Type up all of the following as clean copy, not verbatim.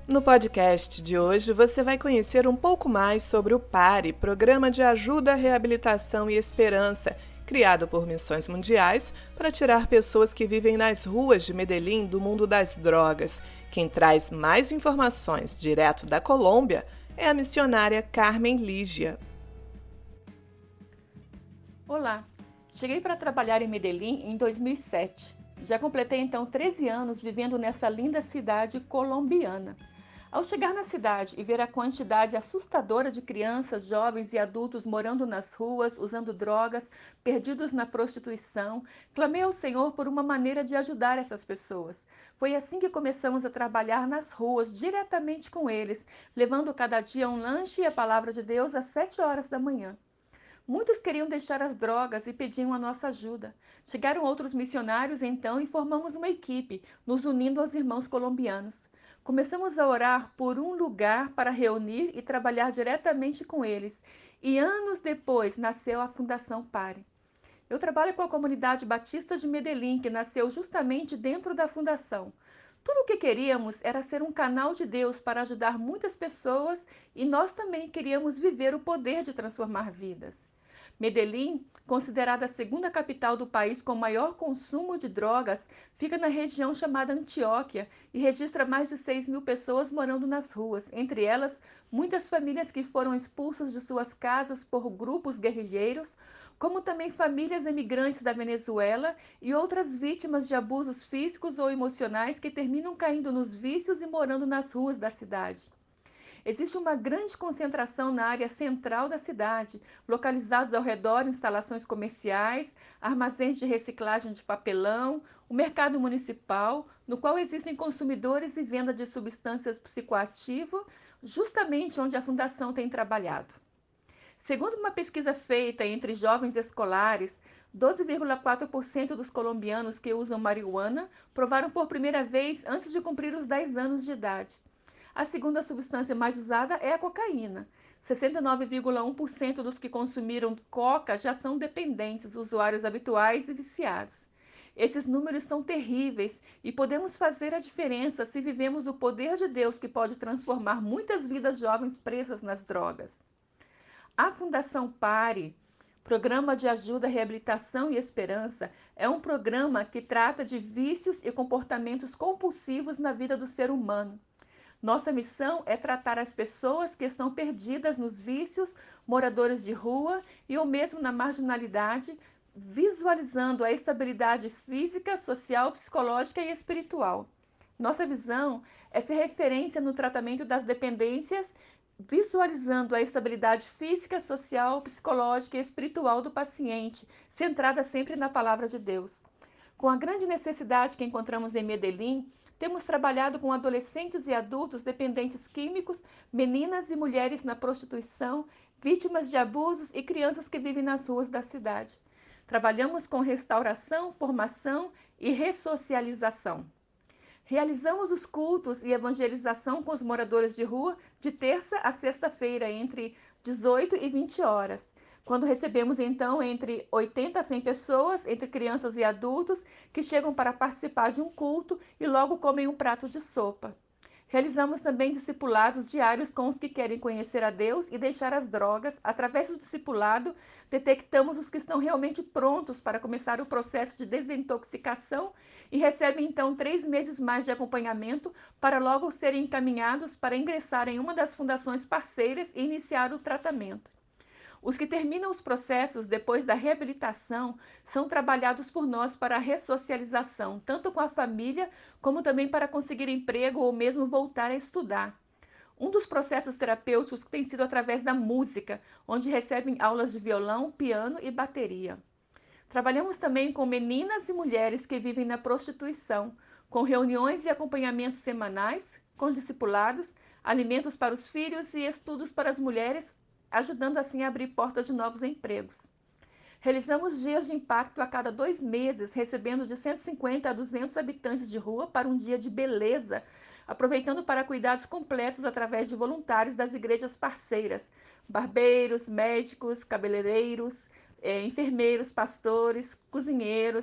No podcast de hoje, você vai conhecer um pouco mais sobre o PARE, Programa de Ajuda, Reabilitação e Esperança, criado por Missões Mundiais para tirar pessoas que vivem nas ruas de Medellín do mundo das drogas. Quem traz mais informações direto da Colômbia é a missionária Carmen Lígia. Olá, cheguei para trabalhar em Medellín em 2007. Já completei então 13 anos vivendo nessa linda cidade colombiana. Ao chegar na cidade e ver a quantidade assustadora de crianças, jovens e adultos morando nas ruas, usando drogas, perdidos na prostituição, clamei ao Senhor por uma maneira de ajudar essas pessoas. Foi assim que começamos a trabalhar nas ruas, diretamente com eles, levando cada dia um lanche e a palavra de Deus às 7 horas da manhã. Muitos queriam deixar as drogas e pediam a nossa ajuda. Chegaram outros missionários então e formamos uma equipe, nos unindo aos irmãos colombianos. Começamos a orar por um lugar para reunir e trabalhar diretamente com eles. E anos depois nasceu a Fundação Pare. Eu trabalho com a comunidade batista de Medellín, que nasceu justamente dentro da fundação. Tudo o que queríamos era ser um canal de Deus para ajudar muitas pessoas e nós também queríamos viver o poder de transformar vidas. Medellín, considerada a segunda capital do país com maior consumo de drogas, fica na região chamada Antioquia e registra mais de 6.000 pessoas morando nas ruas, entre elas muitas famílias que foram expulsas de suas casas por grupos guerrilheiros, como também famílias emigrantes da Venezuela e outras vítimas de abusos físicos ou emocionais que terminam caindo nos vícios e morando nas ruas da cidade. Existe uma grande concentração na área central da cidade, localizados ao redor instalações comerciais, armazéns de reciclagem de papelão, o mercado municipal, no qual existem consumidores e venda de substâncias psicoativas, justamente onde a fundação tem trabalhado. Segundo uma pesquisa feita entre jovens escolares, 12,4% dos colombianos que usam marihuana provaram por primeira vez antes de cumprir os 10 anos de idade. A segunda substância mais usada é a cocaína. 69,1% dos que consumiram coca já são dependentes, usuários habituais e viciados. Esses números são terríveis e podemos fazer a diferença se vivemos o poder de Deus que pode transformar muitas vidas jovens presas nas drogas. A Fundação Pare, Programa de Ajuda, Reabilitação e Esperança, é um programa que trata de vícios e comportamentos compulsivos na vida do ser humano. Nossa missão é tratar as pessoas que estão perdidas nos vícios, moradores de rua e ou mesmo na marginalidade, visualizando a estabilidade física, social, psicológica e espiritual. Nossa visão é ser referência no tratamento das dependências, visualizando a estabilidade física, social, psicológica e espiritual do paciente, centrada sempre na palavra de Deus. Com a grande necessidade que encontramos em Medellín, temos trabalhado com adolescentes e adultos dependentes químicos, meninas e mulheres na prostituição, vítimas de abusos e crianças que vivem nas ruas da cidade. Trabalhamos com restauração, formação e ressocialização. Realizamos os cultos e evangelização com os moradores de rua de terça a sexta-feira, entre 18 e 20 horas, quando recebemos então entre 80 a 100 pessoas, entre crianças e adultos, que chegam para participar de um culto e logo comem um prato de sopa. Realizamos também discipulados diários com os que querem conhecer a Deus e deixar as drogas. Através do discipulado, detectamos os que estão realmente prontos para começar o processo de desintoxicação e recebem então 3 meses mais de acompanhamento para logo serem encaminhados para ingressar em uma das fundações parceiras e iniciar o tratamento. Os que terminam os processos depois da reabilitação são trabalhados por nós para a ressocialização, tanto com a família como também para conseguir emprego ou mesmo voltar a estudar. Um dos processos terapêuticos tem sido através da música, onde recebem aulas de violão, piano e bateria. Trabalhamos também com meninas e mulheres que vivem na prostituição, com reuniões e acompanhamentos semanais, com discipulados, alimentos para os filhos e estudos para as mulheres, ajudando assim a abrir portas de novos empregos. Realizamos dias de impacto a cada 2 meses, recebendo de 150 a 200 habitantes de rua para um dia de beleza, aproveitando para cuidados completos através de voluntários das igrejas parceiras, barbeiros, médicos, cabeleireiros, enfermeiros, pastores, cozinheiros.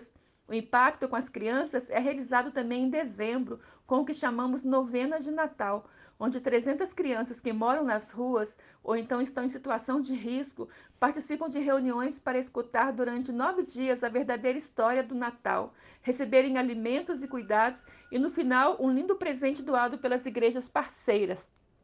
O impacto com as crianças é realizado também em dezembro, com o que chamamos Novena de Natal, onde 300 crianças que moram nas ruas ou então estão em situação de risco participam de reuniões para escutar durante 9 dias a verdadeira história do Natal, receberem alimentos e cuidados e, no final, um lindo presente doado pelas igrejas parceiras.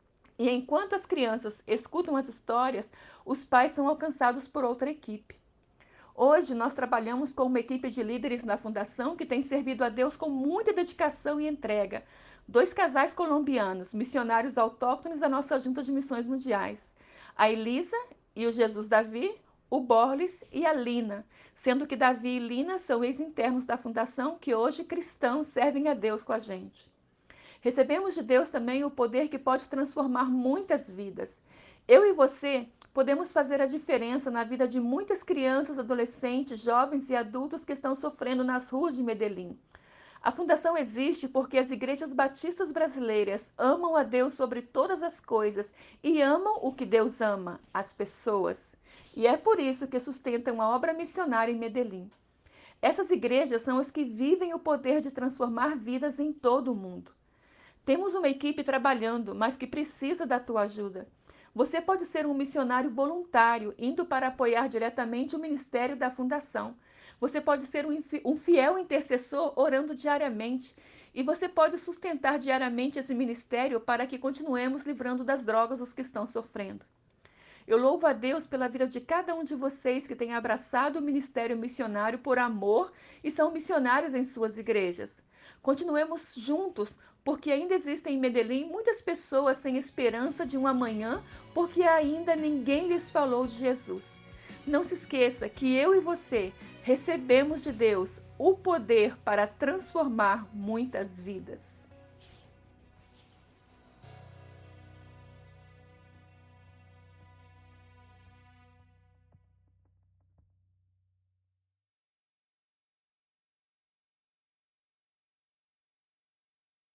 E enquanto as crianças escutam as histórias, os pais são alcançados por outra equipe. Hoje nós trabalhamos com uma equipe de líderes na Fundação que tem servido a Deus com muita dedicação e entrega. 2 casais colombianos, missionários autóctones da nossa Junta de Missões Mundiais. A Elisa e o Jesus Davi, o Borles e a Lina, sendo que Davi e Lina são ex-internos da Fundação que hoje cristãos servem a Deus com a gente. Recebemos de Deus também o poder que pode transformar muitas vidas. Eu e você podemos fazer a diferença na vida de muitas crianças, adolescentes, jovens e adultos que estão sofrendo nas ruas de Medellín. A Fundação existe porque as igrejas batistas brasileiras amam a Deus sobre todas as coisas e amam o que Deus ama, as pessoas. E é por isso que sustentam a obra missionária em Medellín. Essas igrejas são as que vivem o poder de transformar vidas em todo o mundo. Temos uma equipe trabalhando, mas que precisa da tua ajuda. Você pode ser um missionário voluntário, indo para apoiar diretamente o ministério da Fundação. Você pode ser um fiel intercessor, orando diariamente. E você pode sustentar diariamente esse ministério para que continuemos livrando das drogas os que estão sofrendo. Eu louvo a Deus pela vida de cada um de vocês que tem abraçado o ministério missionário por amor e são missionários em suas igrejas. Continuemos juntos, porque ainda existem em Medellín muitas pessoas sem esperança de um amanhã, porque ainda ninguém lhes falou de Jesus. Não se esqueça que eu e você recebemos de Deus o poder para transformar muitas vidas.